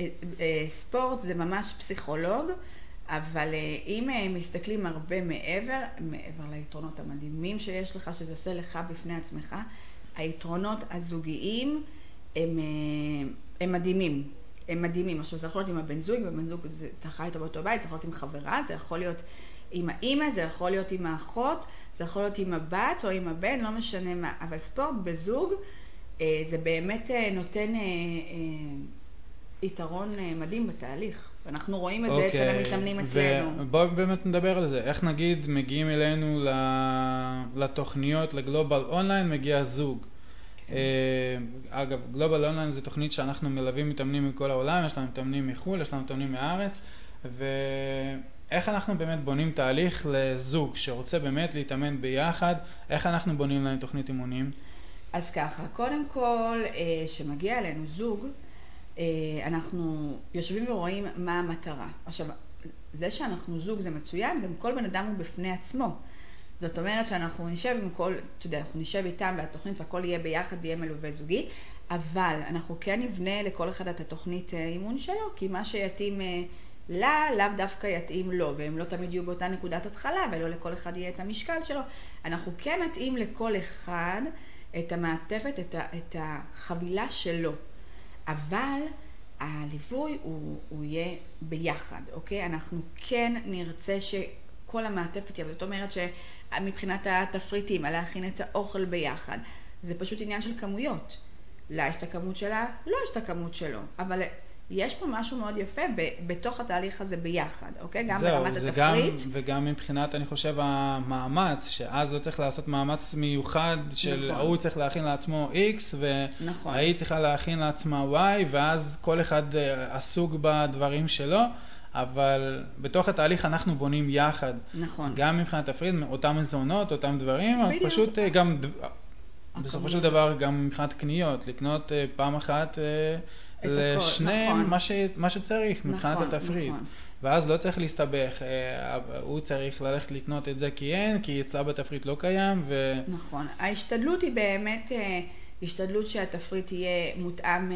ספורט זה ממש פסיכולוג, אבל אם מסתכלים הרבה מעבר, מעבר ליתרונות המדהימים שיש לך, שזה עושה לך בפני עצמך, היתרונות הזוגיים הם, הם מדהימים. הם מדהימים. עכשיו, זה יכול להיות עם הבן זוג, ובן זוג זה תחי איתו באותו בית, זה יכול להיות עם חברה, זה יכול להיות עם האמא, זה יכול להיות עם האחות, זה יכול להיות עם הבת או עם הבן, לא משנה מה. אבל ספורט בזוג, זה באמת נותן יתרון מדהים בתהליך. ואנחנו רואים את זה אצל המתאמנים אצלנו. ובואו באמת נדבר על זה. איך נגיד מגיעים אלינו לתוכניות, לגלובל אונליין, מגיע זוג. אגב, גלובל אונליין זה תוכנית שאנחנו מלווים מתאמנים מכל העולם, יש לנו מתאמנים מחול, יש לנו מתאמנים מארץ, ואיך אנחנו באמת בונים תהליך לזוג שרוצה באמת להתאמן ביחד, איך אנחנו בונים להם תוכנית אימונים? אז ככה, קודם כל, שמגיע אלינו זוג, אנחנו יושבים ורואים מה המטרה. עכשיו, זה שאנחנו זוג זה מצוין, גם כל בן אדם הוא בפני עצמו. זאת אומרת שאנחנו נשב עם כל, אתה יודע, אנחנו נשב איתם והתוכנית והכל יהיה ביחד, יהיה מלווה זוגי, אבל אנחנו כן נבנה לכל אחד את התוכנית אימון שלו, כי מה שיתאים לה, לאו דווקא יתאים לו, והם לא תמיד יהיו באותה נקודת התחלה, ולא לכל אחד יהיה את המשקל שלו. אנחנו כן נתאים לכל אחד את המעטפת, את, ה, את החבילה שלו. אבל הליווי הוא, הוא יהיה ביחד, אוקיי? אנחנו כן נרצה שכל המעטפת יהיה, זאת אומרת שמבחינת התפריטים, להכין את האוכל ביחד, זה פשוט עניין של כמויות. לה יש את הכמות שלה, לא יש את הכמות שלו, אבל יש פה משהו מאוד יפה ב- בתוך התהליך הזה ביחד, אוקיי? גם זהו, ברמת זה התפריט. גם, וגם מבחינת, אני חושב, המאמץ, שאז לא צריך לעשות מאמץ מיוחד, של נכון. הוא צריך להכין לעצמו X, נכון. והיא צריכה להכין לעצמה Y, ואז כל אחד עסוק בדברים שלו, אבל בתוך התהליך אנחנו בונים יחד. נכון. גם מבחינת תפריט, אותם מזונות, אותם דברים, בדיוק. פשוט גם, בסופו של דבר, גם מבחינת קניות, לקנות פעם אחת לשניהם, נכון. מה, ש, מה שצריך מבחינת נכון, התפריט. נכון. ואז לא צריך להסתבך, הוא צריך ללכת לקנות את זה כי אין, כי אצלה בתפריט לא קיים. ו... נכון. ההשתדלות היא באמת השתדלות שהתפריט יהיה מותאם,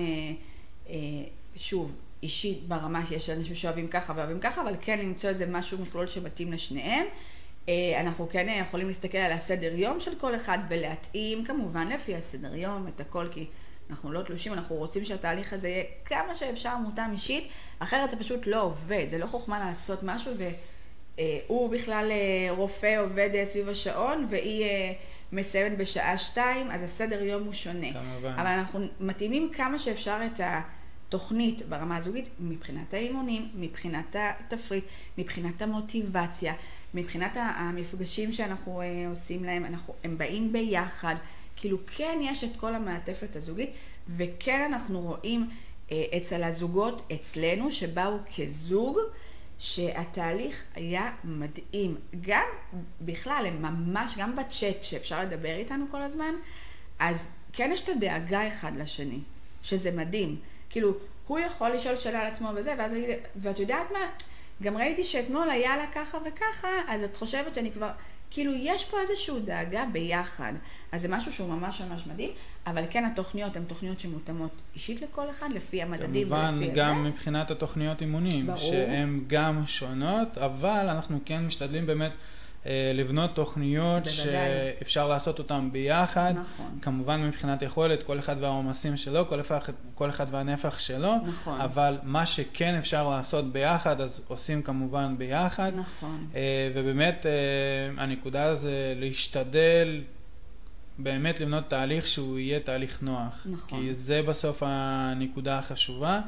שוב, אישית ברמה שיש אנשים שאוהבים ככה ואוהבים ככה, אבל כן למצוא איזה משהו מכלול שמתאים לשניהם. אנחנו כן יכולים להסתכל על הסדר יום של כל אחד ולהתאים, כמובן לפי הסדר יום, את הכל, כי אנחנו לא תלושים, אנחנו רוצים שהתהליך הזה יהיה כמה שאפשר מותאם אישית, אחרת זה פשוט לא עובד, זה לא חוכמה לעשות משהו, והוא בכלל רופא עובד סביב השעון, והיא מסיימת בשעה שתיים, אז הסדר יום הוא שונה. כמובן. אבל אנחנו מתאימים כמה שאפשר את התוכנית ברמה הזוגית, מבחינת האימונים, מבחינת התפריט, מבחינת המוטיבציה, מבחינת המפגשים שאנחנו עושים להם, אנחנו, הם באים ביחד, כאילו כן יש את כל המעטפת הזוגית, וכן אנחנו רואים אצל הזוגות אצלנו שבאו כזוג, שהתהליך היה מדהים. גם בכלל, הם ממש, גם בצ'אט שאפשר לדבר איתנו כל הזמן, אז כן יש את הדאגה אחד לשני, שזה מדהים. כאילו, הוא יכול לשאול שאלה על עצמו וזה, ואז, ואת יודעת מה? גם ראיתי שאתמול היה לה ככה וככה, אז את חושבת שאני כבר, כאילו יש פה איזשהו דאגה ביחד. אז זה משהו שהוא ממש ממש מדהים, אבל כן התוכניות הן תוכניות שמותאמות אישית לכל אחד, לפי המדדים ולפי הזה. כמובן גם מבחינת התוכניות אימונים, ברור. שהן גם שונות, אבל אנחנו כן משתדלים באמת לבנות תוכניות בוודאי. שאפשר לעשות אותן ביחד. נכון. כמובן מבחינת יכולת, כל אחד והעומסים שלו, כל אחד, כל אחד והנפח שלו. נכון. אבל מה שכן אפשר לעשות ביחד, אז עושים כמובן ביחד. נכון. ובאמת הנקודה זה להשתדל באמת לבנות תהליך שהוא יהיה תהליך נוח. נכון. כי זה בסוף הנקודה החשובה.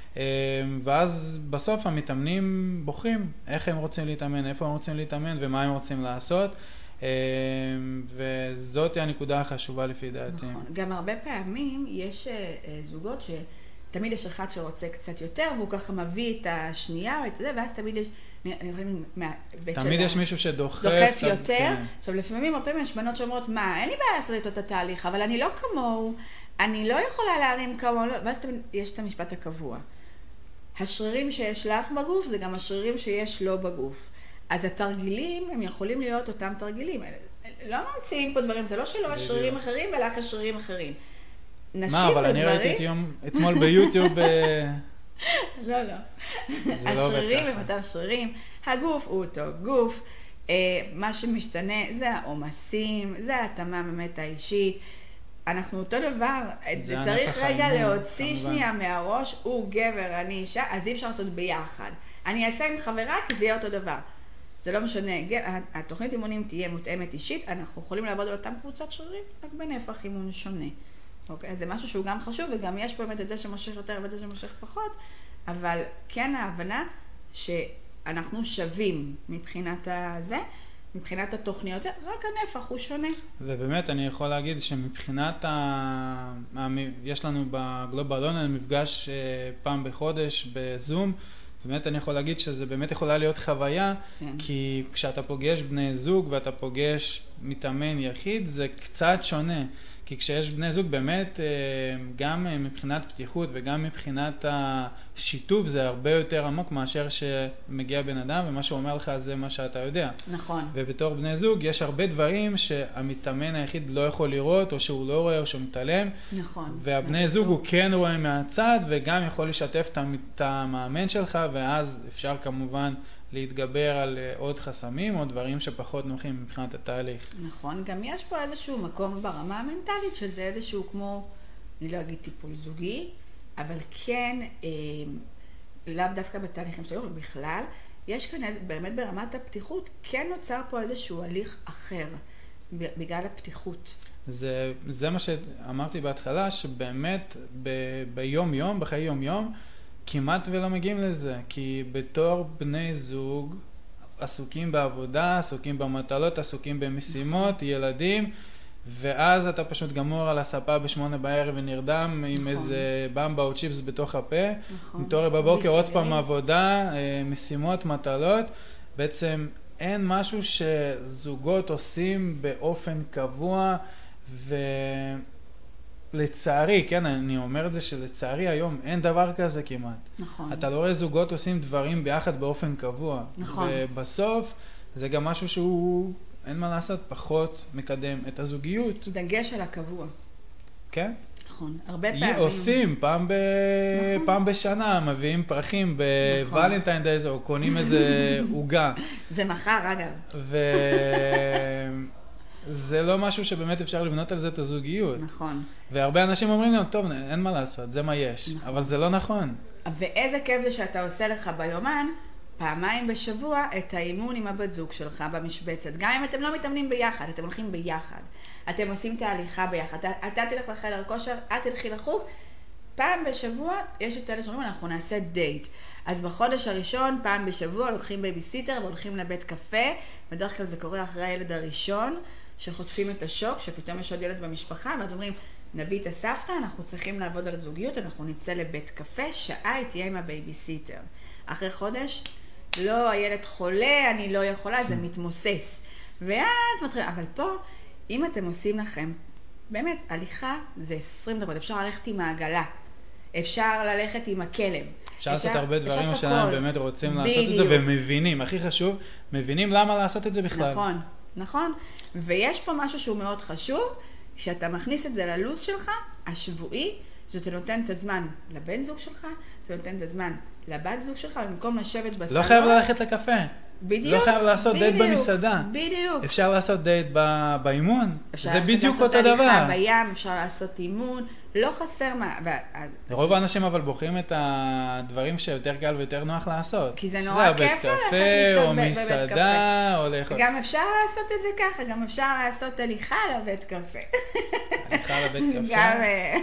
ואז בסוף המתאמנים בוחרים איך הם רוצים להתאמן, איפה הם רוצים להתאמן ומה הם רוצים לעשות. וזאת הנקודה החשובה לפי דעתי. נכון. גם הרבה פעמים יש זוגות שתמיד יש אחד שרוצה קצת יותר, והוא ככה מביא את השנייה ואת זה, ואז תמיד יש... אני יכולים מהבית תמיד יש מישהו שדוחף. דוחף יותר. עכשיו, לפעמים הרבה יש בנות שאומרות, מה, אין לי בעיה לעשות איתו את התהליך, אבל אני לא כמוהו, אני לא יכולה להרים כמוהו, ואז תמיד יש את המשפט הקבוע. השרירים שיש לך בגוף, זה גם השרירים שיש לו בגוף. אז התרגילים, הם יכולים להיות אותם תרגילים. לא ממציאים פה דברים, זה לא שלא יש שרירים אחרים, ולך יש שרירים אחרים. נשים מה, אבל אני ראיתי אתמול ביוטיוב... לא, לא. השרירים הם אותם שרירים, הגוף הוא אותו גוף, מה שמשתנה זה העומסים, זה ההתאמה באמת האישית. אנחנו אותו דבר, זה צריך רגע להוציא שנייה מהראש, הוא גבר, אני אישה, אז אי אפשר לעשות ביחד. אני אעשה עם חברה כי זה יהיה אותו דבר. זה לא משנה, התוכנית אימונים תהיה מותאמת אישית, אנחנו יכולים לעבוד על אותם קבוצת שרירים, רק בנפח אימון שונה. אוקיי, אז זה משהו שהוא גם חשוב, וגם יש באמת את זה שמושך יותר ואת זה שמושך פחות, אבל כן ההבנה שאנחנו שווים מבחינת הזה, מבחינת התוכניות, זה רק הנפח הוא שונה. ובאמת אני יכול להגיד שמבחינת, ה... יש לנו בגלובל אונליין מפגש פעם בחודש בזום, באמת אני יכול להגיד שזה באמת יכולה להיות חוויה, כן. כי כשאתה פוגש בני זוג ואתה פוגש מתאמן יחיד, זה קצת שונה. כי כשיש בני זוג באמת, גם מבחינת פתיחות וגם מבחינת השיתוף, זה הרבה יותר עמוק מאשר שמגיע בן אדם, ומה שהוא אומר לך זה מה שאתה יודע. נכון. ובתור בני זוג יש הרבה דברים שהמתאמן היחיד לא יכול לראות, או שהוא לא רואה, או שהוא מתעלם. נכון. והבני זוג הוא כן רואה מהצד, וגם יכול לשתף את המאמן שלך, ואז אפשר כמובן להתגבר על עוד חסמים או דברים שפחות נוחים מבחינת התהליך. נכון, גם יש פה איזשהו מקום ברמה המנטלית, שזה איזשהו כמו, אני לא אגיד טיפול זוגי, אבל כן, אה, לאו דווקא בתהליכים שלנו, בכלל, יש כאן איזה, באמת ברמת הפתיחות, כן נוצר פה איזשהו הליך אחר, בגלל הפתיחות. זה, זה מה שאמרתי בהתחלה, שבאמת ב, ביום יום, בחיי יום יום, כמעט ולא מגיעים לזה, כי בתור בני זוג עסוקים בעבודה, עסוקים במטלות, עסוקים במשימות, ילדים, ואז אתה פשוט גמור על הספה בשמונה בערב ונרדם עם איזה במבה או צ'יפס בתוך הפה, מתעורר בבוקר עוד פעם עבודה, משימות, מטלות, בעצם אין משהו שזוגות עושים באופן קבוע, ו... לצערי, כן, אני אומר את זה שלצערי היום אין דבר כזה כמעט. נכון. אתה לא רואה זוגות עושים דברים ביחד באופן קבוע. נכון. ובסוף זה גם משהו שהוא, אין מה לעשות, פחות מקדם את הזוגיות. דגש על הקבוע. כן? נכון. הרבה פעמים. עושים פעם, ב... נכון. פעם בשנה, מביאים פרחים בוולנטיין דייז, או קונים איזה עוגה. זה מחר, אגב. ו... זה לא משהו שבאמת אפשר לבנות על זה את הזוגיות. נכון. והרבה אנשים אומרים לנו, טוב, אין מה לעשות, זה מה יש. נכון. אבל זה לא נכון. ואיזה כיף זה שאתה עושה לך ביומן, פעמיים בשבוע, את האימון עם הבת זוג שלך במשבצת. גם אם אתם לא מתאמנים ביחד, אתם הולכים ביחד. אתם עושים תהליכה ביחד. אתה, אתה תלך לחדר כושר, את תלכי לחוג. פעם בשבוע, יש את אלה שאומרים, אנחנו נעשה דייט. אז בחודש הראשון, פעם בשבוע, לוקחים בייביסיטר והולכים לבית קפה. בדרך כלל זה קורה אחרי הילד הראשון. שחוטפים את השוק, שפתאום יש עוד ילד במשפחה, ואז אומרים, נביא את הסבתא, אנחנו צריכים לעבוד על זוגיות, אנחנו נצא לבית קפה, שעה היא תהיה עם הבייביסיטר. אחרי חודש, לא, הילד חולה, אני לא יכולה, זה מתמוסס. ואז מתחילים, אבל פה, אם אתם עושים לכם, באמת, הליכה זה עשרים דקות, אפשר ללכת עם העגלה, אפשר ללכת עם הכלב. אפשר לעשות הרבה דברים שאנחנו באמת רוצים לעשות את זה, ומבינים, הכי חשוב, מבינים למה לעשות את זה בכלל. נכון. נכון? ויש פה משהו שהוא מאוד חשוב, שאתה מכניס את זה ללוז שלך, השבועי, שאתה נותן את הזמן לבן זוג שלך, אתה נותן את הזמן לבת זוג שלך, במקום לשבת בסלון. לא חייב ללכת לקפה. בדיוק. לא חייב לעשות בדיוק, דייט במסעדה. בדיוק. אפשר לעשות דייט ב- באימון. זה בדיוק אותו דבר. אפשר לעשות הליכה בים, אפשר לעשות אימון, לא חסר מה... רוב האנשים אבל בוחרים את הדברים שיותר קל ויותר נוח לעשות. כי זה נורא כיף ללכת לשתות בבית קפה. או מסעדה, או לאכול. גם אפשר לעשות את זה ככה, גם אפשר לעשות הליכה לבית קפה. הליכה לבית קפה. גם...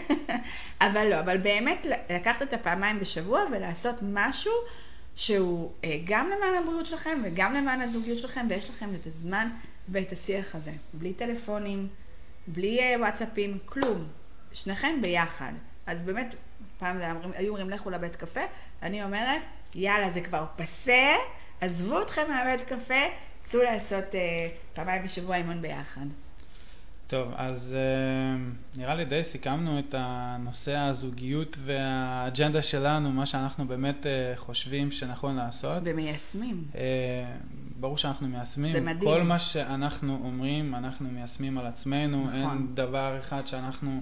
אבל לא, אבל באמת לקחת את הפעמיים בשבוע ולעשות משהו שהוא גם למען הבריאות שלכם וגם למען הזוגיות שלכם, ויש לכם את הזמן ואת השיח הזה. בלי טלפונים, בלי וואטסאפים, כלום. שניכם ביחד. אז באמת, פעם היו אומרים, לכו לבית קפה, אני אומרת, יאללה, זה כבר פסה, עזבו אתכם מהבית קפה, צאו לעשות אה, פעמיים בשבוע אימון ביחד. טוב, אז אה, נראה לי די סיכמנו את הנושא הזוגיות והאג'נדה שלנו, מה שאנחנו באמת אה, חושבים שנכון לעשות. ומיישמים. אה, ברור שאנחנו מיישמים. זה מדהים. כל מה שאנחנו אומרים, אנחנו מיישמים על עצמנו. נכון. אין דבר אחד שאנחנו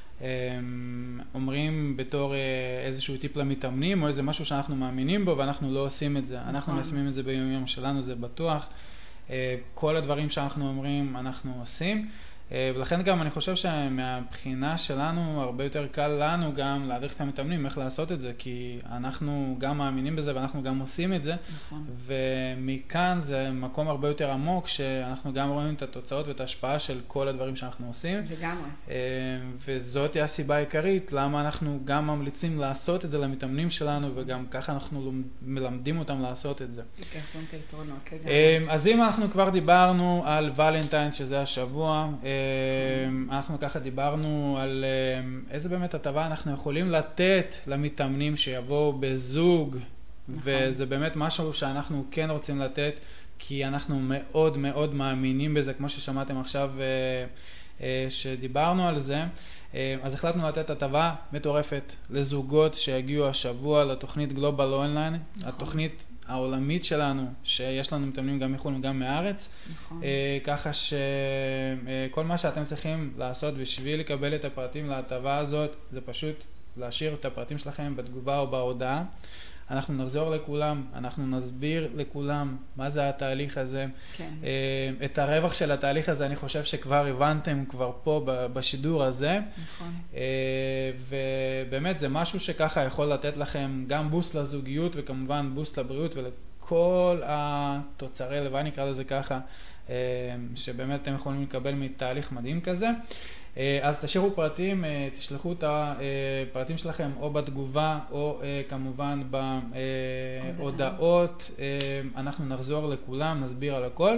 אומרים בתור איזשהו טיפ למתאמנים, או איזה משהו שאנחנו מאמינים בו, ואנחנו לא עושים את זה. נכון. אנחנו מיישמים את זה ביום יום שלנו, זה בטוח. כל הדברים שאנחנו אומרים, אנחנו עושים. ולכן גם אני חושב שמהבחינה שלנו, הרבה יותר קל לנו גם להדריך את המתאמנים איך לעשות את זה, כי אנחנו גם מאמינים בזה ואנחנו גם עושים את זה. נכון. ומכאן זה מקום הרבה יותר עמוק, שאנחנו גם רואים את התוצאות ואת ההשפעה של כל הדברים שאנחנו עושים. לגמרי. וזאת היא הסיבה העיקרית, למה אנחנו גם ממליצים לעשות את זה למתאמנים שלנו, וגם ככה אנחנו מלמדים אותם לעשות את זה. לקחנו את היתרונות, לגמרי. אז אם אנחנו כבר דיברנו על ולנטיינס, שזה השבוע, אנחנו ככה דיברנו על איזה באמת הטבה אנחנו יכולים לתת למתאמנים שיבואו בזוג, וזה באמת משהו שאנחנו כן רוצים לתת, כי אנחנו מאוד מאוד מאמינים בזה, כמו ששמעתם עכשיו שדיברנו על זה, אז החלטנו לתת הטבה מטורפת לזוגות שיגיעו השבוע לתוכנית גלובל אונליין, נכון. התוכנית העולמית שלנו, שיש לנו מתאמנים גם מחו"ל וגם מהארץ, נכון. ככה שכל מה שאתם צריכים לעשות בשביל לקבל את הפרטים להטבה הזאת, זה פשוט להשאיר את הפרטים שלכם בתגובה או בהודעה. אנחנו נחזור לכולם, אנחנו נסביר לכולם מה זה התהליך הזה. כן. את הרווח של התהליך הזה אני חושב שכבר הבנתם כבר פה בשידור הזה. נכון. ובאמת זה משהו שככה יכול לתת לכם גם בוסט לזוגיות וכמובן בוסט לבריאות ולכל התוצרי לוואי נקרא לזה ככה, שבאמת אתם יכולים לקבל מתהליך מדהים כזה. אז תשאירו פרטים, תשלחו את הפרטים שלכם או בתגובה או כמובן בהודעות, אנחנו נחזור לכולם, נסביר על הכל.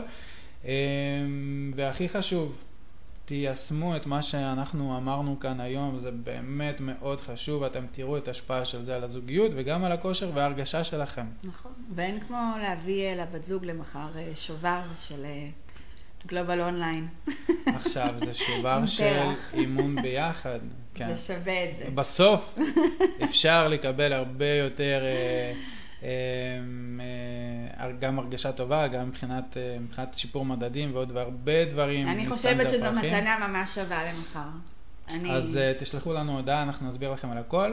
והכי חשוב, תיישמו את מה שאנחנו אמרנו כאן היום, זה באמת מאוד חשוב, אתם תראו את ההשפעה של זה על הזוגיות וגם על הכושר וההרגשה שלכם. נכון, ואין כמו להביא לבת זוג למחר שובר של גלובל אונליין. עכשיו זה שובר של אימון ביחד. כן. זה שווה את זה. בסוף אפשר לקבל הרבה יותר, אה, אה, גם הרגשה טובה, גם מבחינת, אה, מבחינת שיפור מדדים ועוד והרבה דברים. אני חושבת שזו מתנה ממש שווה למחר. אני... אז אה, תשלחו לנו הודעה, אנחנו נסביר לכם על הכל.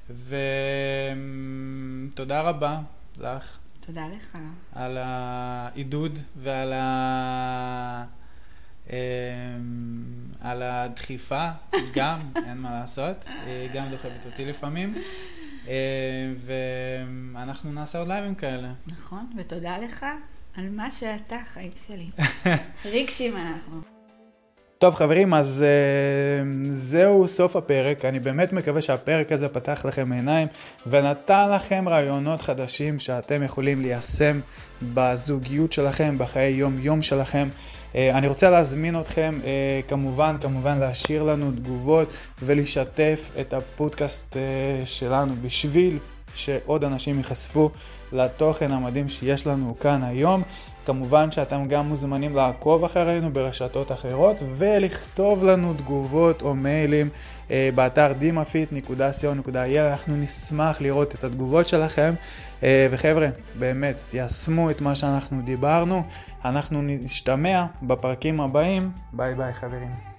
ותודה רבה לך. תודה לך. על העידוד ועל ה... על הדחיפה, גם, אין מה לעשות, גם דוחפת אותי לפעמים, ואנחנו נעשה עוד לייבים כאלה. נכון, ותודה לך על מה שאתה, חיים שלי. רגשים אנחנו. טוב חברים, אז uh, זהו סוף הפרק. אני באמת מקווה שהפרק הזה פתח לכם עיניים ונתן לכם רעיונות חדשים שאתם יכולים ליישם בזוגיות שלכם, בחיי יום יום שלכם. Uh, אני רוצה להזמין אתכם uh, כמובן, כמובן להשאיר לנו תגובות ולשתף את הפודקאסט uh, שלנו בשביל שעוד אנשים ייחשפו לתוכן המדהים שיש לנו כאן היום. כמובן שאתם גם מוזמנים לעקוב אחרינו ברשתות אחרות ולכתוב לנו תגובות או מיילים אה, באתר דימאפיט נקודה סי או נקודה איי אל. אנחנו נשמח לראות את התגובות שלכם, אה, וחבר'ה באמת תיישמו את מה שאנחנו דיברנו. אנחנו נשתמע בפרקים הבאים. ביי ביי חברים.